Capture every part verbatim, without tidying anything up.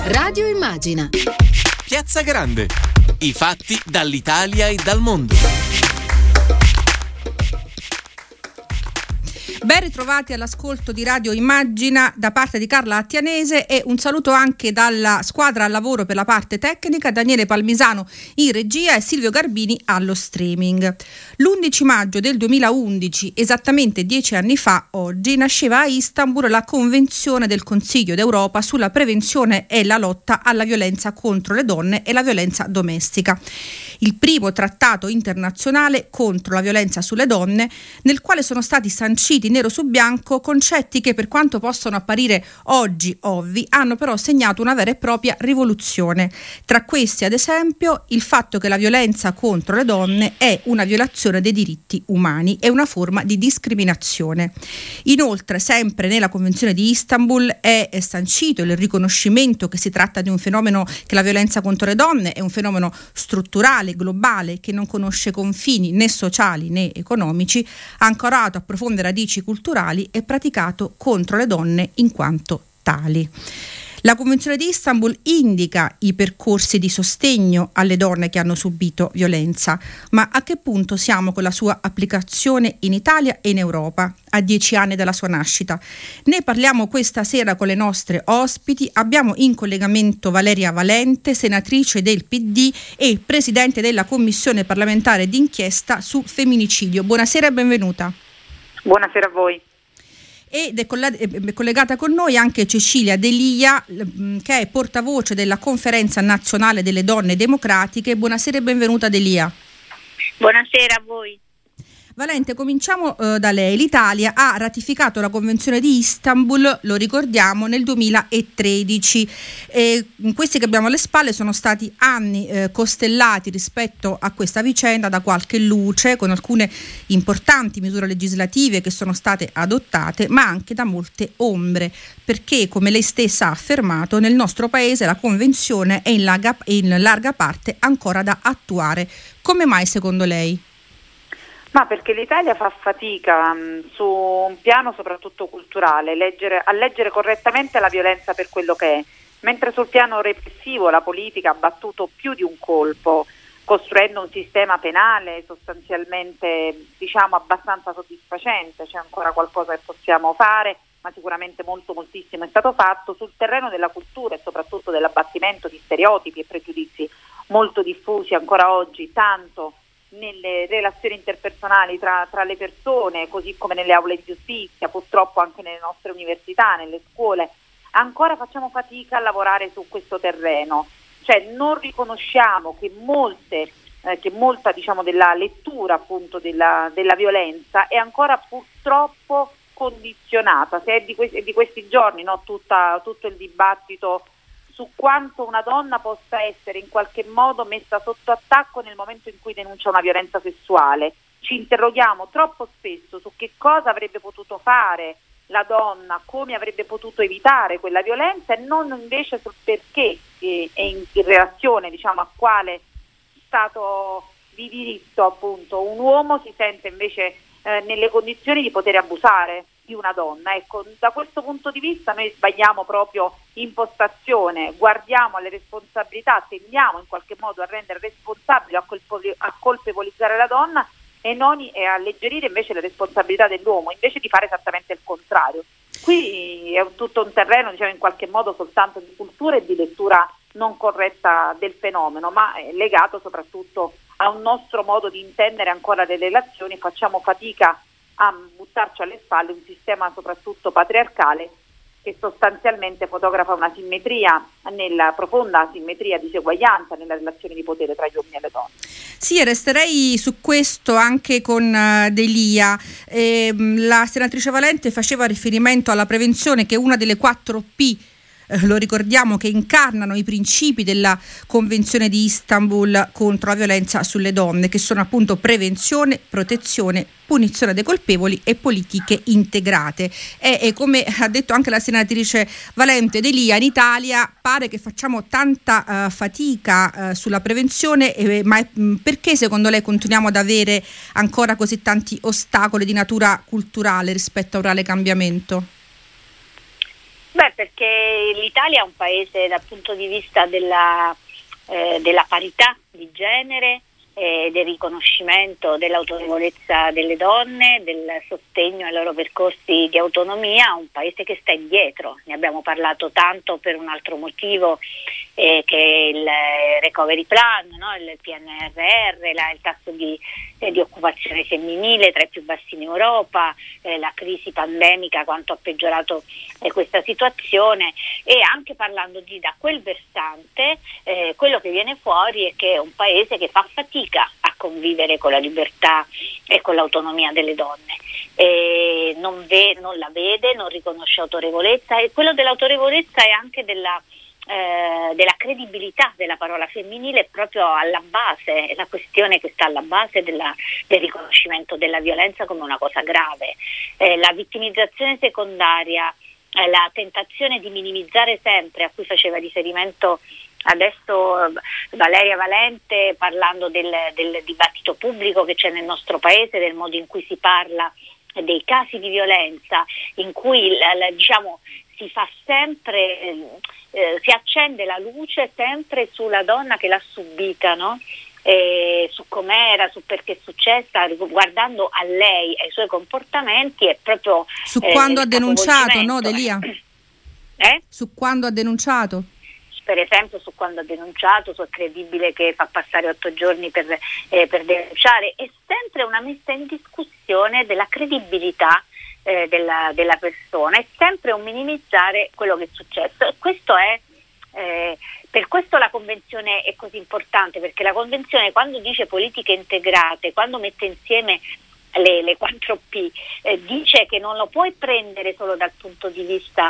Radio Immagina. Piazza Grande. I fatti dall'Italia e dal mondo. Ben ritrovati all'ascolto di Radio Immagina da parte di Carla Attianese e un saluto anche dalla squadra al lavoro per la parte tecnica, Daniele Palmisano in regia e Silvio Garbini allo streaming. L'undici maggio del duemilaundici, esattamente dieci anni fa, oggi, nasceva a Istanbul la Convenzione del Consiglio d'Europa sulla prevenzione e la lotta alla violenza contro le donne e la violenza domestica. Il primo trattato internazionale contro la violenza sulle donne, nel quale sono stati sanciti nero su bianco concetti che, per quanto possono apparire oggi ovvi, hanno però segnato una vera e propria rivoluzione. Tra questi, ad esempio, il fatto che la violenza contro le donne è una violazione dei diritti umani e una forma di discriminazione. Inoltre, sempre nella Convenzione di Istanbul è sancito il riconoscimento che si tratta di un fenomeno, che la violenza contro le donne è un fenomeno strutturale, globale, che non conosce confini né sociali né economici, ancorato a profonde radici culturali e praticato contro le donne in quanto tali. La Convenzione di Istanbul indica i percorsi di sostegno alle donne che hanno subito violenza, ma a che punto siamo con la sua applicazione in Italia e in Europa, a dieci anni dalla sua nascita? Ne parliamo questa sera con le nostre ospiti. Abbiamo in collegamento Valeria Valente, senatrice del P D e presidente della Commissione parlamentare d'inchiesta su femminicidio. Buonasera e benvenuta. Buonasera a voi. Ed è collegata con noi anche Cecilia D'Elia, che è portavoce della Conferenza Nazionale delle Donne Democratiche. Buonasera e benvenuta D'Elia. Buonasera a voi. Valente, cominciamo eh, da lei. L'Italia ha ratificato la Convenzione di Istanbul, lo ricordiamo, nel duemilatredici. E questi che abbiamo alle spalle sono stati anni eh, costellati rispetto a questa vicenda da qualche luce, con alcune importanti misure legislative che sono state adottate, ma anche da molte ombre, perché, come lei stessa ha affermato, nel nostro paese la Convenzione è in larga, in larga parte ancora da attuare. Come mai, secondo lei? Ma perché l'Italia fa fatica mh, su un piano soprattutto culturale leggere, a leggere correttamente la violenza per quello che è, mentre sul piano repressivo la politica ha battuto più di un colpo, costruendo un sistema penale sostanzialmente, diciamo, abbastanza soddisfacente. C'è ancora qualcosa che possiamo fare, ma sicuramente molto moltissimo è stato fatto sul terreno della cultura e soprattutto dell'abbattimento di stereotipi e pregiudizi molto diffusi ancora oggi, tanto nelle relazioni interpersonali tra, tra le persone, così come nelle aule di giustizia, purtroppo anche nelle nostre università, nelle scuole. Ancora facciamo fatica a lavorare su questo terreno, cioè non riconosciamo che molte, eh, che molta diciamo della lettura appunto della, della violenza è ancora purtroppo condizionata. Se è di, que- di questi giorni, no, tutta, tutto il dibattito su quanto una donna possa essere in qualche modo messa sotto attacco nel momento in cui denuncia una violenza sessuale. Ci interroghiamo troppo spesso su che cosa avrebbe potuto fare la donna, come avrebbe potuto evitare quella violenza, e non invece sul perché e, e in, in relazione, diciamo, a quale stato di diritto appunto un uomo si sente invece eh, nelle condizioni di poter abusare di una donna. Ecco, da questo punto di vista noi sbagliamo proprio impostazione, guardiamo alle responsabilità, tendiamo in qualche modo a rendere responsabile, a, colpo- a colpevolizzare la donna e non e a alleggerire invece le responsabilità dell'uomo, invece di fare esattamente il contrario. Qui è un, tutto un terreno, diciamo, in qualche modo soltanto di cultura e di lettura non corretta del fenomeno, ma è legato soprattutto a un nostro modo di intendere ancora le relazioni. Facciamo fatica a buttarci alle spalle un sistema soprattutto patriarcale che sostanzialmente fotografa una simmetria, nella profonda asimmetria, diseguaglianza nella relazione di potere tra gli uomini e le donne. Sì, resterei su questo anche con uh, D'Elia. Eh, la senatrice Valente faceva riferimento alla prevenzione, che è una delle quattro P, eh, lo ricordiamo, che incarnano i principi della Convenzione di Istanbul contro la violenza sulle donne, che sono appunto prevenzione, protezione, punizione dei colpevoli e politiche integrate. E, e come ha detto anche la senatrice Valente, D'Elia, in Italia pare che facciamo tanta uh, fatica uh, sulla prevenzione, eh, ma è, mh, perché secondo lei continuiamo ad avere ancora così tanti ostacoli di natura culturale rispetto a un reale cambiamento? Beh, perché l'Italia è un paese dal punto di vista della, eh, della parità di genere, eh, del riconoscimento dell'autorevolezza delle donne, del sostegno ai loro percorsi di autonomia, un paese che sta indietro. Ne abbiamo parlato tanto per un altro motivo, eh, che è il recovery plan, no? Il P N R R, la, il tasso di, eh, di occupazione femminile tra i più bassi in Europa, eh, la crisi pandemica, quanto ha peggiorato eh, questa situazione, e anche parlando di da quel versante, eh, quello che viene fuori è che è un paese che fa fatica a convivere con la libertà e con l'autonomia delle donne. E non, ve, non la vede, non riconosce autorevolezza, e quello dell'autorevolezza è anche della, eh, della credibilità della parola femminile proprio alla base, è la questione che sta alla base della, del riconoscimento della violenza come una cosa grave. Eh, la vittimizzazione secondaria, eh, la tentazione di minimizzare sempre, a cui faceva riferimento adesso Valeria Valente, parlando del, del dibattito pubblico che c'è nel nostro paese, del modo in cui si parla dei casi di violenza, in cui diciamo si fa sempre, eh, si accende la luce sempre sulla donna che l'ha subita, no? Eh, su com'era, su perché è successa, guardando a lei e ai suoi comportamenti, e proprio su eh, quando ha denunciato, no, Delia? Eh? Su quando ha denunciato? Per esempio su quando ha denunciato, su è credibile che fa passare otto giorni per, eh, per denunciare. È sempre una messa in discussione della credibilità eh, della, della persona, è sempre un minimizzare quello che è successo, e questo è eh, per questo la Convenzione è così importante, perché la Convenzione, quando dice politiche integrate, quando mette insieme le, le quattro P, eh, dice che non lo puoi prendere solo dal punto di vista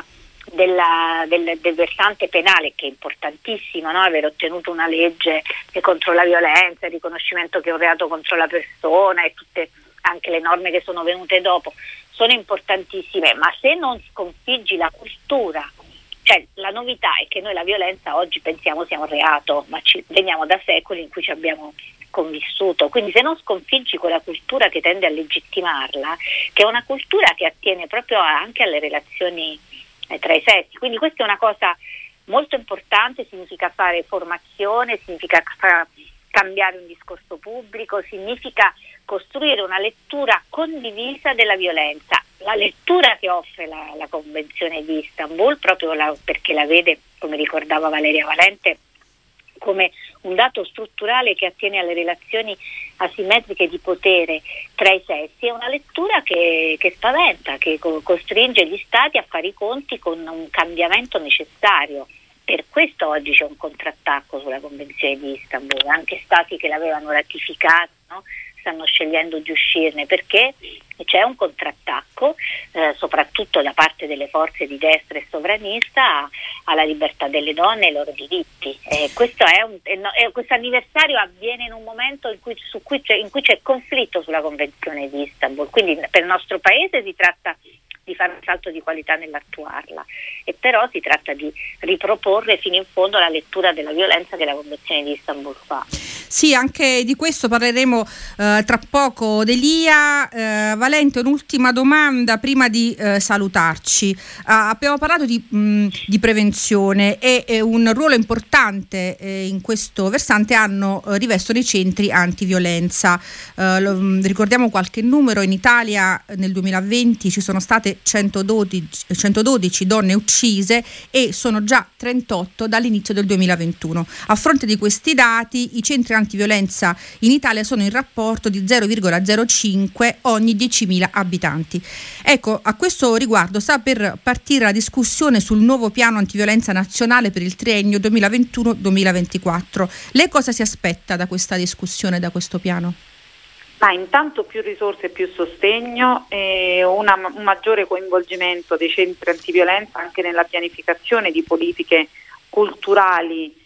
Della, del, del versante penale, che è importantissimo, no? Aver ottenuto una legge contro la violenza, il riconoscimento che è un reato contro la persona, e tutte anche le norme che sono venute dopo sono importantissime, ma se non sconfiggi la cultura, cioè la novità è che noi la violenza oggi pensiamo sia un reato, ma ci veniamo da secoli in cui ci abbiamo convissuto, quindi se non sconfiggi quella cultura che tende a legittimarla, che è una cultura che attiene proprio anche alle relazioni tra i sessi, quindi questa è una cosa molto importante. Significa fare formazione, significa fa- cambiare un discorso pubblico, significa costruire una lettura condivisa della violenza, la lettura che offre la, la Convenzione di Istanbul, proprio la, perché la vede, come ricordava Valeria Valente, come un dato strutturale che attiene alle relazioni asimmetriche di potere tra i sessi, è una lettura che, che spaventa, che co- costringe gli stati a fare i conti con un cambiamento necessario. Per questo oggi c'è un contrattacco sulla Convenzione di Istanbul, anche stati che l'avevano ratificata, no? Stanno scegliendo di uscirne, perché c'è un contrattacco eh, soprattutto da parte delle forze di destra e sovranista alla libertà delle donne e ai loro diritti. Eh, questo è un, è, è, questo anniversario avviene in un momento in cui, su cui c'è, in cui c'è conflitto sulla Convenzione di Istanbul, quindi per il nostro paese si tratta di fare un salto di qualità nell'attuarla, e però si tratta di riproporre fino in fondo la lettura della violenza che la Convenzione di Istanbul fa. Sì, anche di questo parleremo eh, tra poco. Delia eh, Valente, un'ultima domanda prima di eh, salutarci. Uh, abbiamo parlato di, mh, di prevenzione, e eh, un ruolo importante eh, in questo versante hanno eh, rivestono i centri antiviolenza. Uh, lo, mh, ricordiamo qualche numero: in Italia nel duemilaventi ci sono state centododici, centododici donne uccise, e sono già trentotto dall'inizio del duemilaventuno. A fronte di questi dati, i centri antiviolenza in Italia sono in rapporto di zero virgola zero cinque ogni diecimila abitanti. Ecco, a questo riguardo sta per partire la discussione sul nuovo piano antiviolenza nazionale per il triennio duemilaventuno duemilaventiquattro. Lei cosa si aspetta da questa discussione, da questo piano? Ma intanto più risorse e più sostegno, e una, un maggiore coinvolgimento dei centri antiviolenza anche nella pianificazione di politiche culturali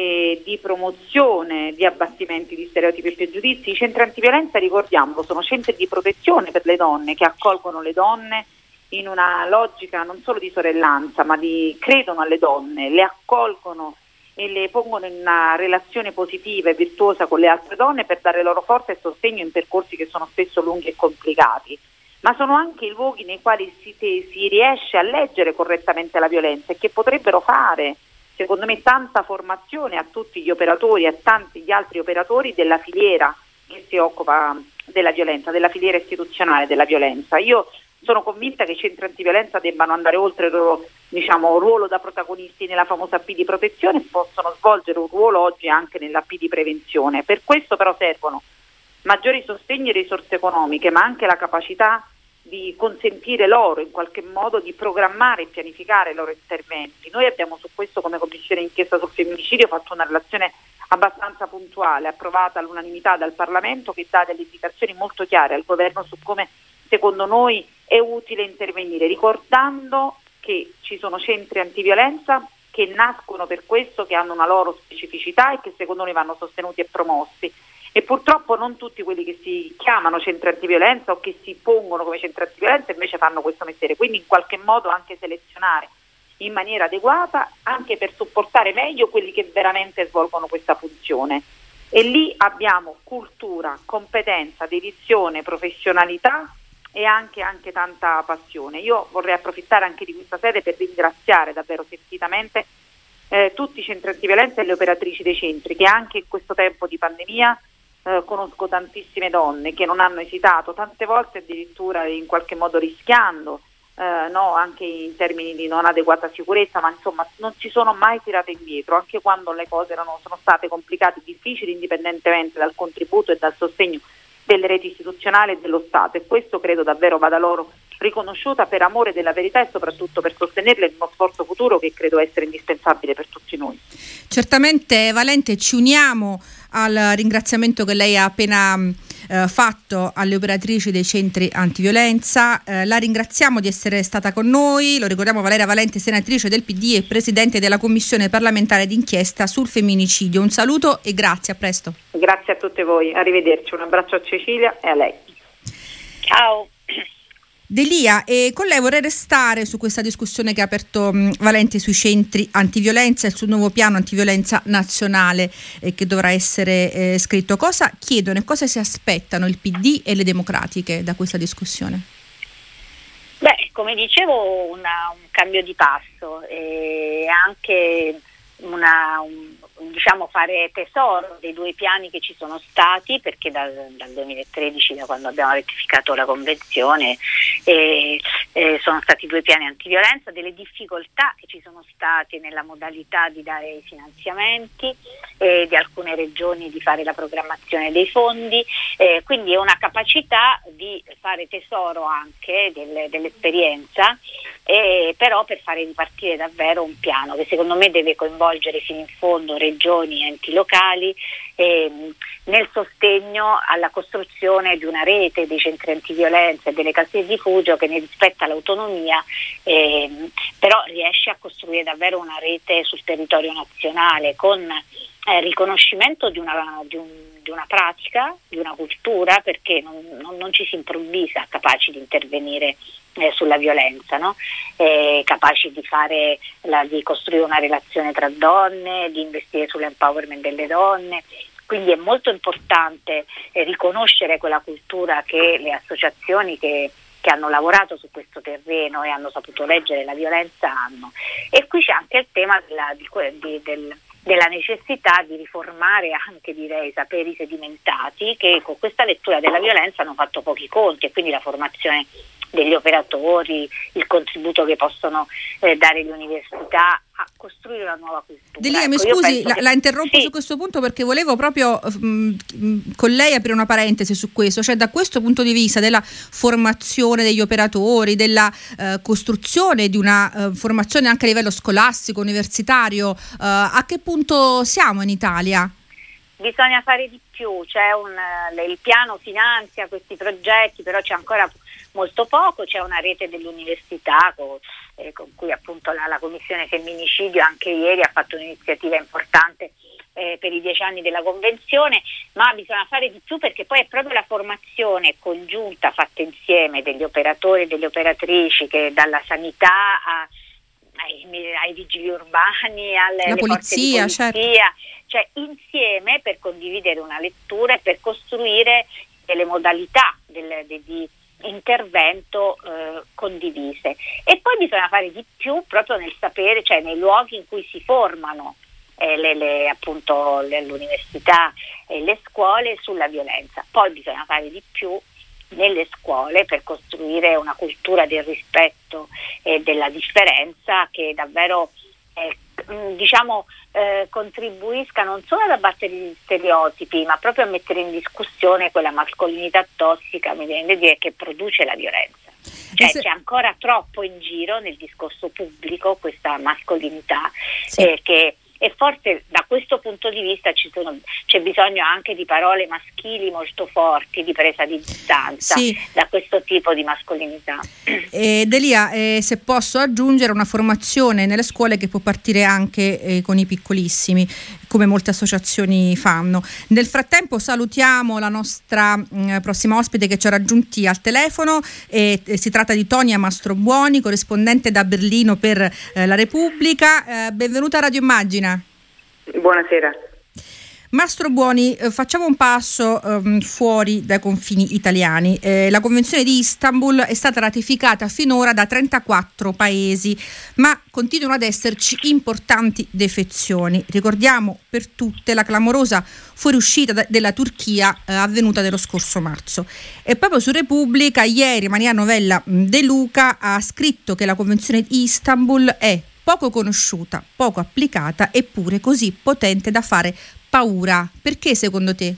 e di promozione di abbattimenti di stereotipi e pregiudizi. I centri antiviolenza, ricordiamolo, sono centri di protezione per le donne, che accolgono le donne in una logica non solo di sorellanza, ma di credono alle donne, le accolgono e le pongono in una relazione positiva e virtuosa con le altre donne per dare loro forza e sostegno in percorsi che sono spesso lunghi e complicati. ma sono anche i luoghi nei quali si, si riesce a leggere correttamente la violenza, e che potrebbero fare, secondo me, tanta formazione a tutti gli operatori, a tanti gli altri operatori della filiera che si occupa della violenza, della filiera istituzionale della violenza. Io sono convinta che i centri antiviolenza debbano andare oltre il loro, diciamo, ruolo da protagonisti nella famosa P di protezione, possono svolgere un ruolo oggi anche nella P di prevenzione. Per questo però servono maggiori sostegni e risorse economiche, ma anche la capacità di consentire loro in qualche modo di programmare e pianificare i loro interventi. Noi abbiamo su questo, come Commissione d'inchiesta sul femminicidio, fatto una relazione abbastanza puntuale, approvata all'unanimità dal Parlamento, che dà delle indicazioni molto chiare al Governo su come secondo noi è utile intervenire, ricordando che ci sono centri antiviolenza che nascono per questo, che hanno una loro specificità e che secondo noi vanno sostenuti e promossi. E purtroppo non tutti quelli che si chiamano centri antiviolenza o che si pongono come centri antiviolenza invece fanno questo mestiere, quindi in qualche modo anche selezionare in maniera adeguata, anche per supportare meglio quelli che veramente svolgono questa funzione. E lì abbiamo cultura, competenza, dedizione, professionalità e anche, anche tanta passione. Io vorrei approfittare anche di questa sede per ringraziare davvero sentitamente eh, tutti i centri antiviolenza e le operatrici dei centri, che anche in questo tempo di pandemia eh, conosco tantissime donne che non hanno esitato, tante volte addirittura in qualche modo rischiando, eh, no, anche in termini di non adeguata sicurezza, ma insomma non si sono mai tirate indietro, anche quando le cose erano, sono state complicate e difficili, indipendentemente dal contributo e dal sostegno delle reti istituzionali e dello Stato, e questo credo davvero vada loro riconosciuta per amore della verità e soprattutto per sostenerle in uno sforzo futuro che credo essere indispensabile per tutti noi. Certamente, Valente, ci uniamo al ringraziamento che lei ha appena eh, fatto alle operatrici dei centri antiviolenza. Eh, la ringraziamo di essere stata con noi. Lo ricordiamo, Valeria Valente, senatrice del P D e presidente della Commissione parlamentare d'inchiesta sul femminicidio. Un saluto e grazie, a presto. Grazie a tutte voi, arrivederci, un abbraccio a Cecilia e a lei. Ciao. Delia, e con lei vorrei restare su questa discussione che ha aperto mh, Valente sui centri antiviolenza e sul nuovo piano antiviolenza nazionale eh, che dovrà essere eh, scritto. Cosa chiedono e cosa si aspettano il P D e le democratiche da questa discussione? Beh, come dicevo, una, un cambio di passo e anche una, un, diciamo fare tesoro dei due piani che ci sono stati, perché dal, dal duemilatredici, da quando abbiamo rettificato la convenzione, eh, eh, sono stati due piani antiviolenza, delle difficoltà che ci sono state nella modalità di dare i finanziamenti, eh, di alcune regioni di fare la programmazione dei fondi, eh, quindi è una capacità di fare tesoro anche del, dell'esperienza, eh, però per fare ripartire davvero un piano che secondo me deve coinvolgere fino in fondo regioni, enti locali, ehm, nel sostegno alla costruzione di una rete dei centri antiviolenza e delle case di rifugio che ne rispetta l'autonomia, ehm, però riesce a costruire davvero una rete sul territorio nazionale con eh, riconoscimento di una, di, un, di una pratica, di una cultura, perché non, non, non ci si improvvisa capaci di intervenire Eh, sulla violenza, no? Eh, capaci di fare la, di costruire una relazione tra donne, di investire sull'empowerment delle donne. Quindi è molto importante eh, riconoscere quella cultura che le associazioni che, che hanno lavorato su questo terreno e hanno saputo leggere la violenza hanno. E qui c'è anche il tema della, di, di, del, della necessità di riformare anche, direi, saperi sedimentati che con questa lettura della violenza hanno fatto pochi conti, e quindi la formazione degli operatori, il contributo che possono eh, dare le università a costruire una nuova cultura. Delia, ecco, mi scusi, la, che... la interrompo sì. su questo punto perché volevo proprio mh, con lei aprire una parentesi su questo, cioè da questo punto di vista della formazione degli operatori, della eh, costruzione di una eh, formazione anche a livello scolastico, universitario, eh, a che punto siamo in Italia? Bisogna fare di più, c'è un, il piano finanzia questi progetti, però c'è ancora molto poco, c'è una rete dell'università con, eh, con cui appunto la, la Commissione Femminicidio anche ieri ha fatto un'iniziativa importante eh, per i dieci anni della Convenzione, ma bisogna fare di più perché poi è proprio la formazione congiunta fatta insieme degli operatori e delle operatrici, che dalla sanità a Ai, ai vigili urbani, alle, alle polizia, forze di polizia, certo. Cioè insieme per condividere una lettura e per costruire delle modalità del, de, di, intervento eh, condivise. E poi bisogna fare di più proprio nel sapere, cioè nei luoghi in cui si formano eh, le, le, appunto le, l'università e le scuole sulla violenza. Poi bisogna fare di più nelle scuole per costruire una cultura del rispetto e della differenza che davvero eh, diciamo eh, contribuisca non solo ad abbattere gli stereotipi, ma proprio a mettere in discussione quella mascolinità tossica, mi viene da dire, che produce la violenza. Cioè se... c'è ancora troppo in giro nel discorso pubblico questa mascolinità, sì. eh, che e forse da questo punto di vista ci sono, c'è bisogno anche di parole maschili molto forti, di presa di distanza sì. da questo tipo di mascolinità. Eh, Delia, eh, se posso aggiungere una formazione nelle scuole che può partire anche eh, con i piccolissimi, come molte associazioni fanno. Nel frattempo salutiamo la nostra mh, prossima ospite che ci ha raggiunti al telefono, e, e si tratta di Tonia Mastrobuoni, corrispondente da Berlino per eh, la Repubblica. Eh, benvenuta a Radio Immagina. Buonasera. Mastrobuoni, eh, facciamo un passo um, fuori dai confini italiani. Eh, la Convenzione di Istanbul è stata ratificata finora da trentaquattro paesi, ma continuano ad esserci importanti defezioni. Ricordiamo per tutte la clamorosa fuoriuscita da- della Turchia eh, avvenuta dello scorso marzo. E proprio su Repubblica ieri Maria Novella De Luca ha scritto che la Convenzione di Istanbul è poco conosciuta, poco applicata, eppure così potente da fare paura. Perché secondo te?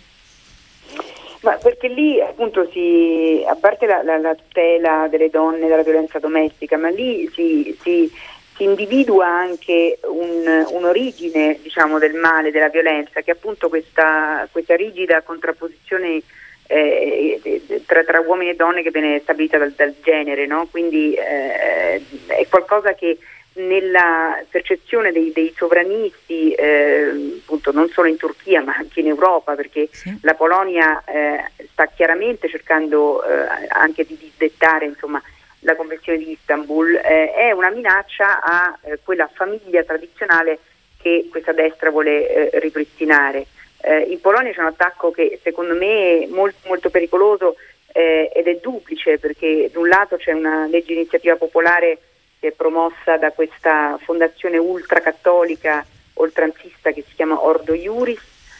Ma perché lì appunto si, a parte la, la, la tutela delle donne dalla violenza domestica, ma lì si, si, si individua anche un, un'origine, diciamo, del male, della violenza, che è appunto questa, questa rigida contrapposizione eh, tra, tra uomini e donne che viene stabilita dal, dal genere, no? Quindi eh, è qualcosa che nella percezione dei, dei sovranisti, eh, appunto non solo in Turchia ma anche in Europa, perché sì. la Polonia eh, sta chiaramente cercando eh, anche di disdettare, insomma, la Convenzione di Istanbul, eh, è una minaccia a eh, quella famiglia tradizionale che questa destra vuole eh, ripristinare. Eh, in Polonia c'è un attacco che secondo me è molto, molto pericoloso eh, ed è duplice, perché da un lato c'è una legge di iniziativa popolare promossa da questa fondazione ultracattolica oltranzista che si chiama Ordo Iuris,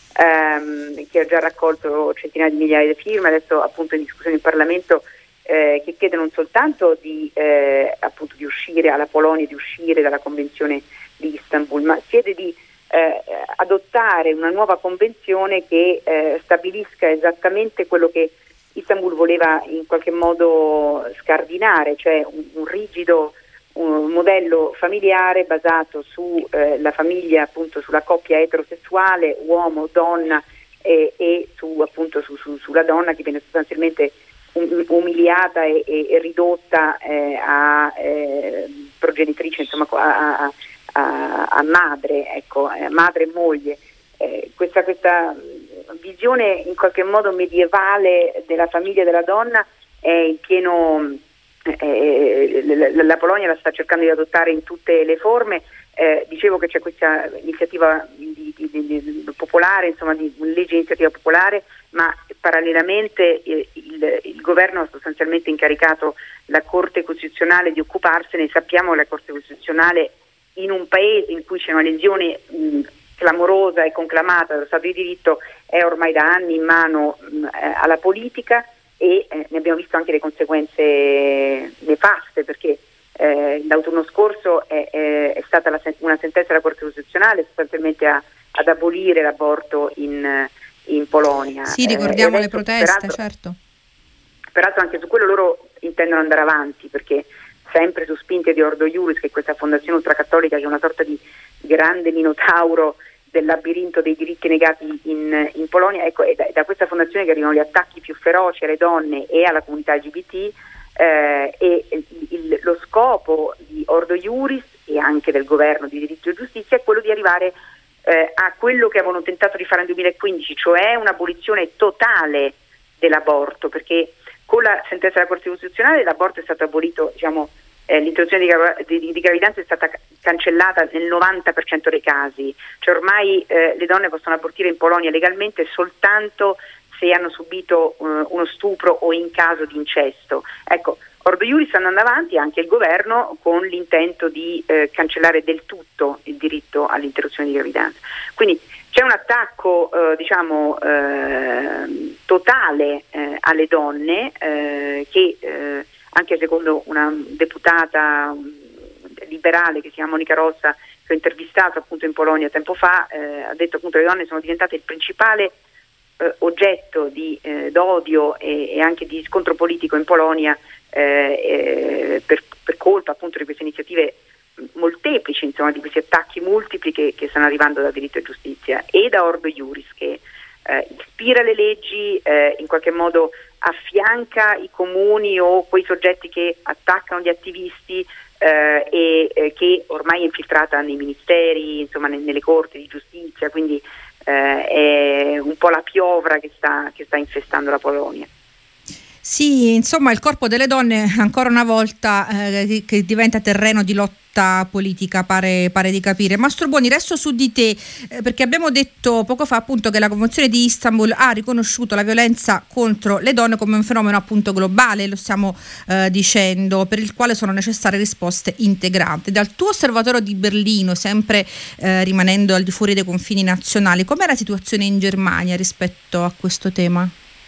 ehm, che ha già raccolto centinaia di migliaia di firme, adesso appunto in discussione in Parlamento, eh, che chiede non soltanto di, eh, appunto di uscire alla Polonia, di uscire dalla Convenzione di Istanbul, ma chiede di eh, adottare una nuova convenzione che eh, stabilisca esattamente quello che Istanbul voleva in qualche modo scardinare, cioè un, un rigido un modello familiare basato sulla eh, famiglia, appunto sulla coppia eterosessuale, uomo, donna, eh, e su, appunto su, su, sulla donna che viene sostanzialmente um, umiliata e, e, e ridotta eh, a eh, progenitrice, insomma a, a, a madre, ecco, a madre e moglie. Eh, questa, questa visione in qualche modo medievale della famiglia e della donna è in pieno... Eh, la, la Polonia la sta cercando di adottare in tutte le forme. Eh, dicevo che c'è questa iniziativa di, di, di, di popolare, insomma di legge di iniziativa popolare, ma parallelamente eh, il, il governo ha sostanzialmente incaricato la Corte Costituzionale di occuparsene. Sappiamo che la Corte Costituzionale, in un paese in cui c'è una lesione mh, clamorosa e conclamata dello Stato di diritto, è ormai da anni in mano mh, alla politica, e eh, ne abbiamo visto anche le conseguenze nefaste, perché eh, l'autunno scorso è, è, è stata la, una sentenza della Corte Costituzionale sostanzialmente a, ad abolire l'aborto in, in Polonia. Sì, ricordiamo eh, adesso, le proteste, peraltro, certo. Peraltro anche su quello loro intendono andare avanti, perché sempre su spinte di Ordo Iuris, che è questa fondazione ultracattolica che è una sorta di grande minotauro del labirinto dei diritti negati in, in Polonia, ecco, è da, è da questa fondazione che arrivano gli attacchi più feroci alle donne e alla comunità L G B T, eh, e il, il, lo scopo di Ordo Iuris e anche del governo di diritto e giustizia è quello di arrivare eh, a quello che avevano tentato di fare nel duemilaquindici, cioè un'abolizione totale dell'aborto, perché con la sentenza della Corte Costituzionale l'aborto è stato abolito, diciamo, Eh, l'interruzione di, gra- di, di gravidanza è stata ca- cancellata nel novanta per cento dei casi, cioè ormai eh, le donne possono abortire in Polonia legalmente soltanto se hanno subito uh, uno stupro o in caso di incesto. Ecco, Ordo Iuris sta andando avanti anche il governo con l'intento di eh, cancellare del tutto il diritto all'interruzione di gravidanza. Quindi c'è un attacco eh, diciamo eh, totale eh, alle donne eh, che eh, anche secondo una deputata liberale che si chiama Monica Rossa, che ho intervistato appunto in Polonia tempo fa, eh, ha detto appunto che le donne sono diventate il principale eh, oggetto di eh, d'odio e, e anche di scontro politico in Polonia eh, eh, per, per colpa appunto di queste iniziative molteplici, insomma, di questi attacchi multipli che, che stanno arrivando da Diritto e Giustizia e da Ordo Iuris, che eh, ispira le leggi, eh, in qualche modo affianca i comuni o quei soggetti che attaccano gli attivisti eh, e eh, che ormai è infiltrata nei ministeri, insomma ne, nelle corti di giustizia, quindi eh, è un po' la piovra che sta, che sta infestando la Polonia. Sì, insomma il corpo delle donne ancora una volta eh, che diventa terreno di lotta politica, pare, pare di capire. Mastro Buoni, resto su di te eh, perché abbiamo detto poco fa appunto che la Convenzione di Istanbul ha riconosciuto la violenza contro le donne come un fenomeno appunto globale, lo stiamo eh, dicendo, per il quale sono necessarie risposte integranti. Dal tuo osservatorio di Berlino, sempre eh, rimanendo al di fuori dei confini nazionali, com'è la situazione in Germania rispetto a questo tema?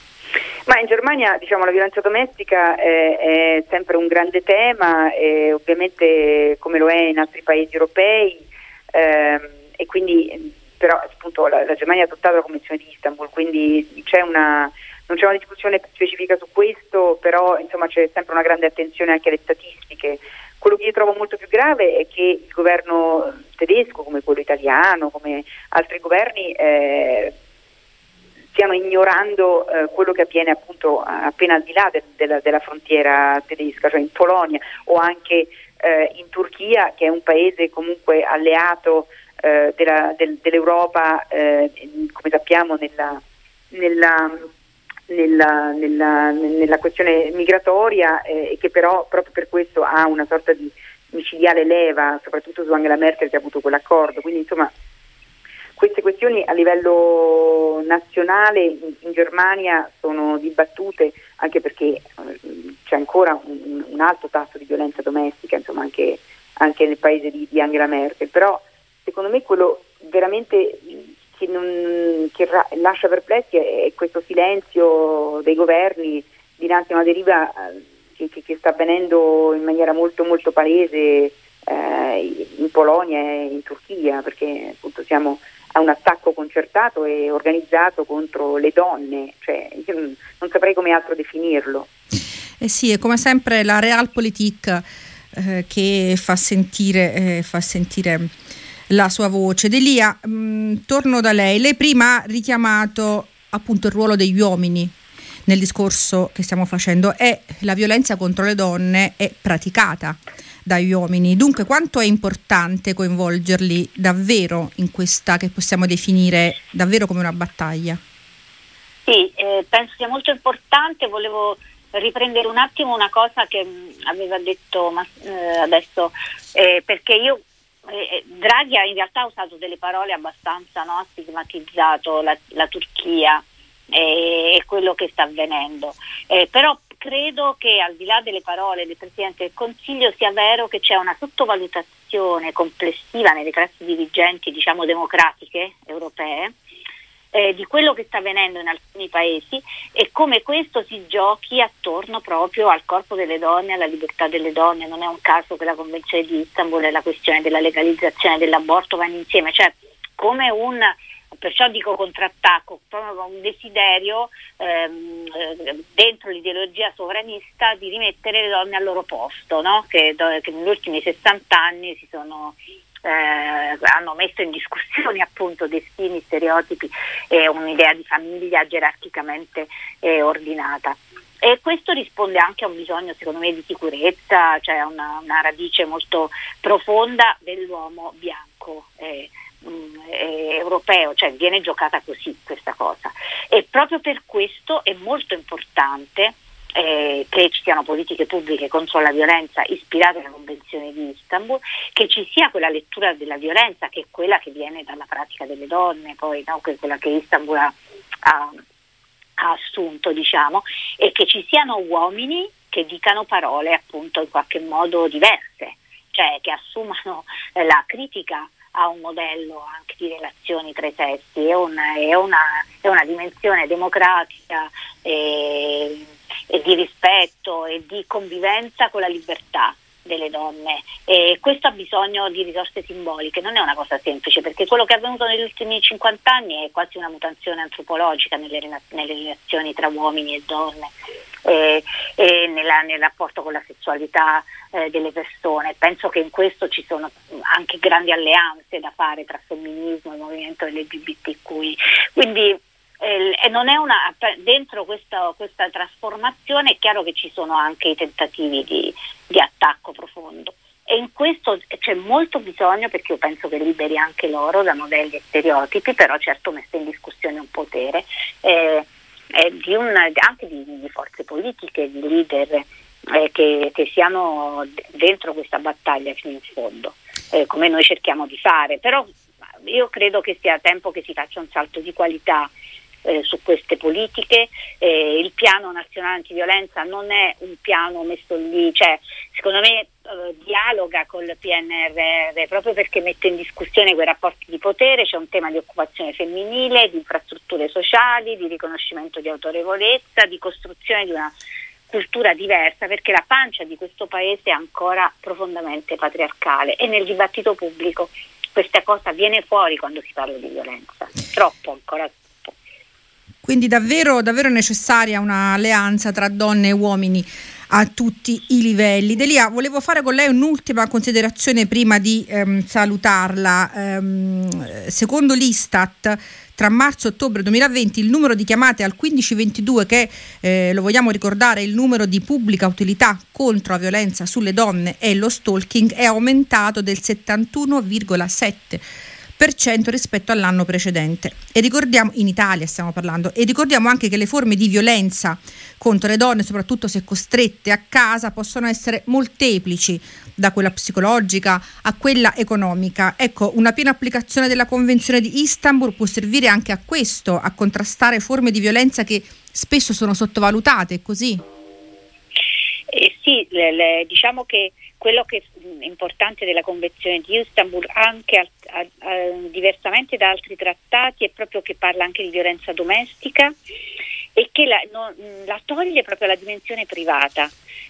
Ma in Germania diciamo la violenza domestica è, è sempre un grande tema, e ovviamente come lo è in altri paesi europei ehm, e quindi però appunto la, la Germania ha adottato la Convenzione di Istanbul, quindi c'è una, non c'è una discussione specifica su questo, però insomma c'è sempre una grande attenzione anche alle statistiche. Quello che io trovo molto più grave è che il governo tedesco, come quello italiano, come altri governi, eh, stiano ignorando eh, quello che avviene appunto appena al di là de- della, della frontiera tedesca, cioè in Polonia o anche eh, in Turchia, che è un paese comunque alleato eh, della, del, dell'Europa, eh, come sappiamo nella, nella, nella, nella, nella questione migratoria e eh, che però proprio per questo ha una sorta di micidiale leva, soprattutto su Angela Merkel che ha avuto quell'accordo. Quindi insomma queste questioni a livello nazionale in, in Germania sono dibattute, anche perché eh, c'è ancora un, un alto tasso di violenza domestica, insomma anche, anche nel paese di, di Angela Merkel, però secondo me quello veramente che, non, che ra- lascia perplessi è, è questo silenzio dei governi dinanzi a una deriva eh, che, che, che sta avvenendo in maniera molto molto palese eh, in Polonia e in Turchia, perché appunto siamo a un attacco concertato e organizzato contro le donne, cioè io non saprei come altro definirlo. Eh sì, è come sempre la Realpolitik eh, che fa sentire, eh, fa sentire la sua voce. Delia, mh, torno da lei. Lei prima ha richiamato appunto il ruolo degli uomini nel discorso che stiamo facendo, e la violenza contro le donne è praticata dagli uomini. Dunque, quanto è importante coinvolgerli davvero in questa che possiamo definire davvero come una battaglia? Sì, eh, penso sia molto importante. Volevo riprendere un attimo una cosa che mh, aveva detto ma, eh, adesso, eh, perché io eh, Draghi ha in realtà usato delle parole abbastanza, no, ha stigmatizzato la, la Turchia e, e quello che sta avvenendo, eh, però credo che al di là delle parole del Presidente del Consiglio sia vero che c'è una sottovalutazione complessiva nelle classi dirigenti, diciamo democratiche europee, eh, di quello che sta avvenendo in alcuni paesi e come questo si giochi attorno proprio al corpo delle donne, alla libertà delle donne. Non è un caso che la Convenzione di Istanbul e la questione della legalizzazione dell'aborto vanno insieme, cioè come un, perciò dico contrattacco, proprio un desiderio ehm, dentro l'ideologia sovranista di rimettere le donne al loro posto, no? che, che negli ultimi sessanta anni si sono eh, hanno messo in discussione appunto destini, stereotipi e un'idea di famiglia gerarchicamente eh, ordinata. E questo risponde anche a un bisogno, secondo me, di sicurezza, cioè una, una radice molto profonda dell'uomo bianco eh, eh, europeo, cioè viene giocata così questa cosa. E proprio per questo è molto importante eh, che ci siano politiche pubbliche contro la violenza ispirate alla Convenzione di Istanbul, che ci sia quella lettura della violenza che è quella che viene dalla pratica delle donne, poi no, quella che Istanbul ha, ha ha assunto, diciamo, e che ci siano uomini che dicano parole appunto in qualche modo diverse, cioè che assumano eh, la critica a un modello anche di relazioni tra i sessi, è una, è una, è una dimensione democratica e, e di rispetto e di convivenza con la libertà delle donne, e questo ha bisogno di risorse simboliche, non è una cosa semplice, perché quello che è avvenuto negli ultimi cinquanta anni è quasi una mutazione antropologica nelle, nelle relazioni tra uomini e donne e, e nella, nel rapporto con la sessualità eh, delle persone. Penso che in questo ci sono anche grandi alleanze da fare tra femminismo e movimento L G B T Q I, quindi e non è una, dentro questa, questa trasformazione è chiaro che ci sono anche i tentativi di, di attacco profondo, e in questo c'è molto bisogno, perché io penso che liberi anche loro da modelli e stereotipi, però certo mette in discussione un potere eh, eh, di un, anche di, di forze politiche, di leader eh, che, che siano dentro questa battaglia fino in fondo, eh, come noi cerchiamo di fare. Però io credo che sia tempo che si faccia un salto di qualità Eh, su queste politiche. Eh, il piano nazionale antiviolenza non è un piano messo lì, cioè secondo me eh, dialoga col P N R R proprio perché mette in discussione quei rapporti di potere. C'è un tema di occupazione femminile, di infrastrutture sociali, di riconoscimento di autorevolezza, di costruzione di una cultura diversa, perché la pancia di questo paese è ancora profondamente patriarcale, e nel dibattito pubblico questa cosa viene fuori quando si parla di violenza, troppo ancora. Quindi davvero, davvero necessaria un'alleanza tra donne e uomini a tutti i livelli. Delia, volevo fare con lei un'ultima considerazione prima di ehm, salutarla. Ehm, secondo l'Istat, tra marzo e ottobre duemilaventi il numero di chiamate al quindici ventidue, che eh, lo vogliamo ricordare è il numero di pubblica utilità contro la violenza sulle donne e lo stalking, è aumentato del settantuno virgola sette per cento rispetto all'anno precedente. E ricordiamo, in Italia stiamo parlando, e ricordiamo anche che le forme di violenza contro le donne, soprattutto se costrette a casa, possono essere molteplici, da quella psicologica a quella economica. Ecco, una piena applicazione della Convenzione di Istanbul può servire anche a questo, a contrastare forme di violenza che spesso sono sottovalutate, è così? Eh sì, le, le, diciamo che quello che è importante della Convenzione di Istanbul, anche a, a, a, diversamente da altri trattati, è proprio che parla anche di violenza domestica e che la, no, la toglie proprio alla dimensione privata.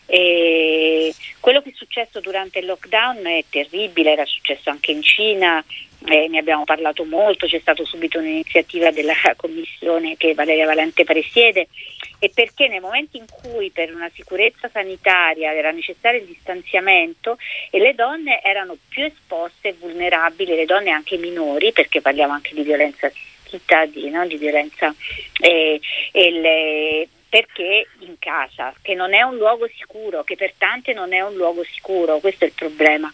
E quello che è successo durante il lockdown è terribile, era successo anche in Cina, eh, ne abbiamo parlato molto, c'è stata subito un'iniziativa della commissione che Valeria Valente presiede, e perché nel momento in cui per una sicurezza sanitaria era necessario il distanziamento e le donne erano più esposte e vulnerabili, le donne anche minori, perché parliamo anche di violenza assistita, di, no? di violenza eh, e le, perché in casa, che non è un luogo sicuro, che per tante non è un luogo sicuro, questo è il problema.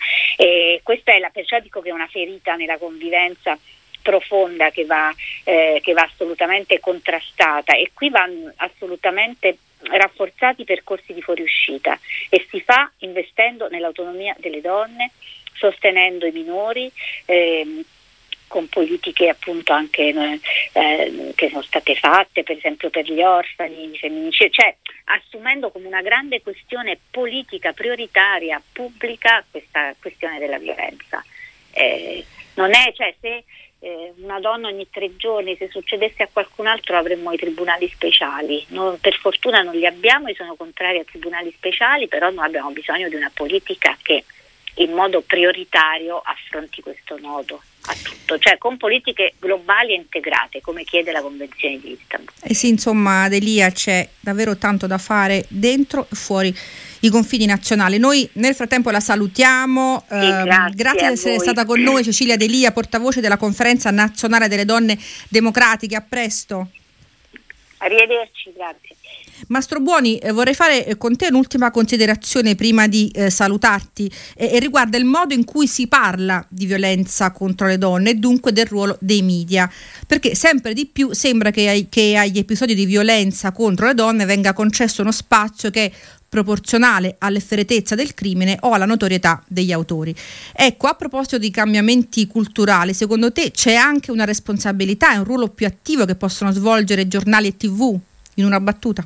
E questa è la, perciò dico che è una ferita nella convivenza profonda che va, eh, che va assolutamente contrastata, e qui vanno assolutamente rafforzati i percorsi di fuoriuscita, e si fa investendo nell'autonomia delle donne, sostenendo i minori, ehm, con politiche appunto anche eh, che sono state fatte, per esempio per gli orfani, i femminicidi, cioè assumendo come una grande questione politica prioritaria, pubblica, questa questione della violenza. Eh, non è, cioè se eh, una donna ogni tre giorni, se succedesse a qualcun altro avremmo i tribunali speciali, non, per fortuna non li abbiamo, io sono contraria ai tribunali speciali, però noi abbiamo bisogno di una politica che in modo prioritario affronti questo nodo a tutto, cioè con politiche globali e integrate, come chiede la Convenzione di Istanbul. Eh sì, insomma, Delia, c'è davvero tanto da fare dentro e fuori i confini nazionali. Noi nel frattempo la salutiamo, sì, eh, grazie, grazie di essere stata con noi Cecilia Delia, portavoce della Conferenza Nazionale delle Donne Democratiche. A presto. Arrivederci, grazie. Mastro Buoni, eh, vorrei fare eh, con te un'ultima considerazione prima di eh, salutarti, eh, e riguarda il modo in cui si parla di violenza contro le donne e dunque del ruolo dei media, perché sempre di più sembra che, ai, che agli episodi di violenza contro le donne venga concesso uno spazio che è proporzionale all'efferatezza del crimine o alla notorietà degli autori. Ecco, a proposito di cambiamenti culturali, secondo te c'è anche una responsabilità e un ruolo più attivo che possono svolgere giornali e tivù in una battuta?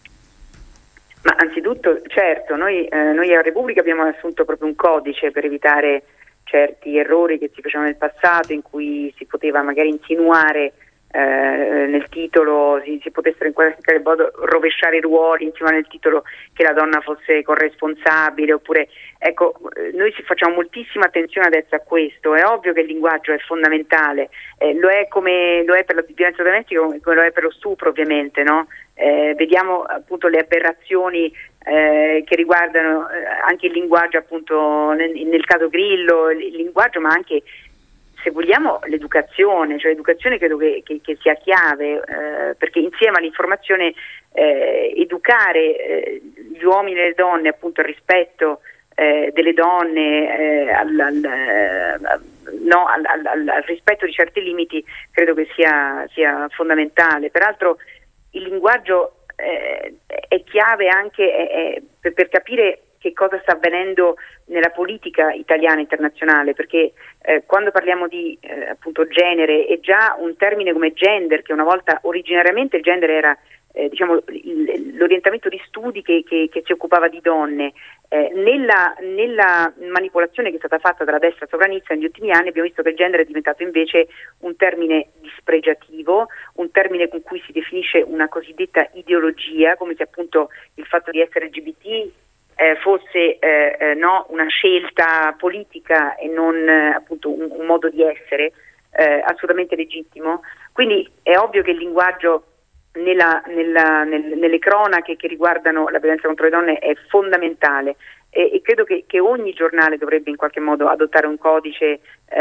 Ma anzitutto, certo, noi, eh, noi a Repubblica abbiamo assunto proprio un codice per evitare certi errori che si facevano nel passato, in cui si poteva magari insinuare eh, nel titolo, si, si potessero in qualche modo rovesciare i ruoli, insinuare nel titolo che la donna fosse corresponsabile, oppure, ecco, noi ci facciamo moltissima attenzione adesso a questo. È ovvio che il linguaggio è fondamentale, eh, lo è come lo è per la violenza domestica, come, come lo è per lo stupro, ovviamente, no? Eh, vediamo appunto le aberrazioni eh, che riguardano eh, anche il linguaggio, appunto nel, nel caso Grillo, il, il linguaggio, ma anche, se vogliamo, l'educazione, cioè l'educazione credo che, che, che sia chiave, eh, perché insieme all'informazione eh, educare eh, gli uomini e le donne appunto al rispetto eh, delle donne, eh, al, al, no, al, al, al rispetto di certi limiti, credo che sia, sia fondamentale. Peraltro il linguaggio eh, è chiave anche eh, per, per capire che cosa sta avvenendo nella politica italiana e internazionale, perché eh, quando parliamo di eh, appunto genere, è già un termine come gender, che una volta originariamente il gender era eh, diciamo il, l'orientamento di studi che, che, che si occupava di donne. Eh, nella, nella manipolazione che è stata fatta dalla destra sovranista negli ultimi anni abbiamo visto che il genere è diventato invece un termine dispregiativo, un termine con cui si definisce una cosiddetta ideologia, come se appunto il fatto di essere L G B T eh, fosse eh, eh, no, una scelta politica e non eh, appunto un, un modo di essere eh, assolutamente legittimo. Quindi è ovvio che il linguaggio Nella, nella, nel, nelle cronache che riguardano la violenza contro le donne è fondamentale e, e credo che, che ogni giornale dovrebbe in qualche modo adottare un codice.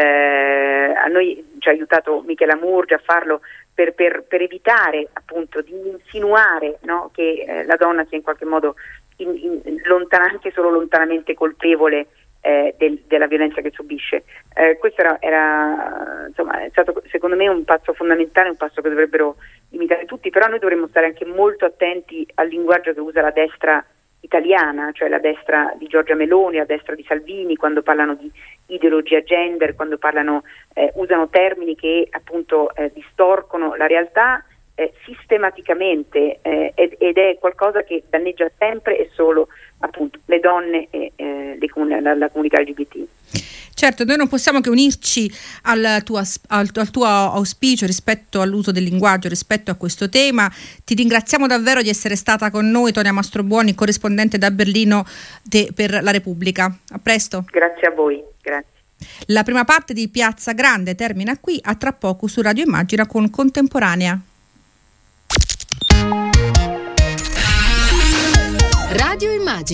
Eh, a noi ci ha aiutato Michela Murgia a farlo per, per, per evitare appunto di insinuare, no, che eh, la donna sia in qualche modo in, in, lontana, anche solo lontanamente colpevole Eh, del, della violenza che subisce. Eh, questo era, era insomma, è stato secondo me un passo fondamentale, un passo che dovrebbero imitare tutti, però noi dovremmo stare anche molto attenti al linguaggio che usa la destra italiana, cioè la destra di Giorgia Meloni, la destra di Salvini, quando parlano di ideologia gender, quando parlano eh, usano termini che appunto eh, distorcono la realtà eh, sistematicamente eh, ed, ed è qualcosa che danneggia sempre e solo appunto le donne e eh, le, la, la comunità L G B T. Certo, noi non possiamo che unirci al tuo, al, al tuo auspicio rispetto all'uso del linguaggio, rispetto a questo tema. Ti ringraziamo davvero di essere stata con noi, Tonia Mastrobuoni, corrispondente da Berlino de, per la Repubblica. A presto. Grazie a voi, grazie. La prima parte di Piazza Grande termina qui, a tra poco su Radio Immagina con Contemporanea. Radio Immagina.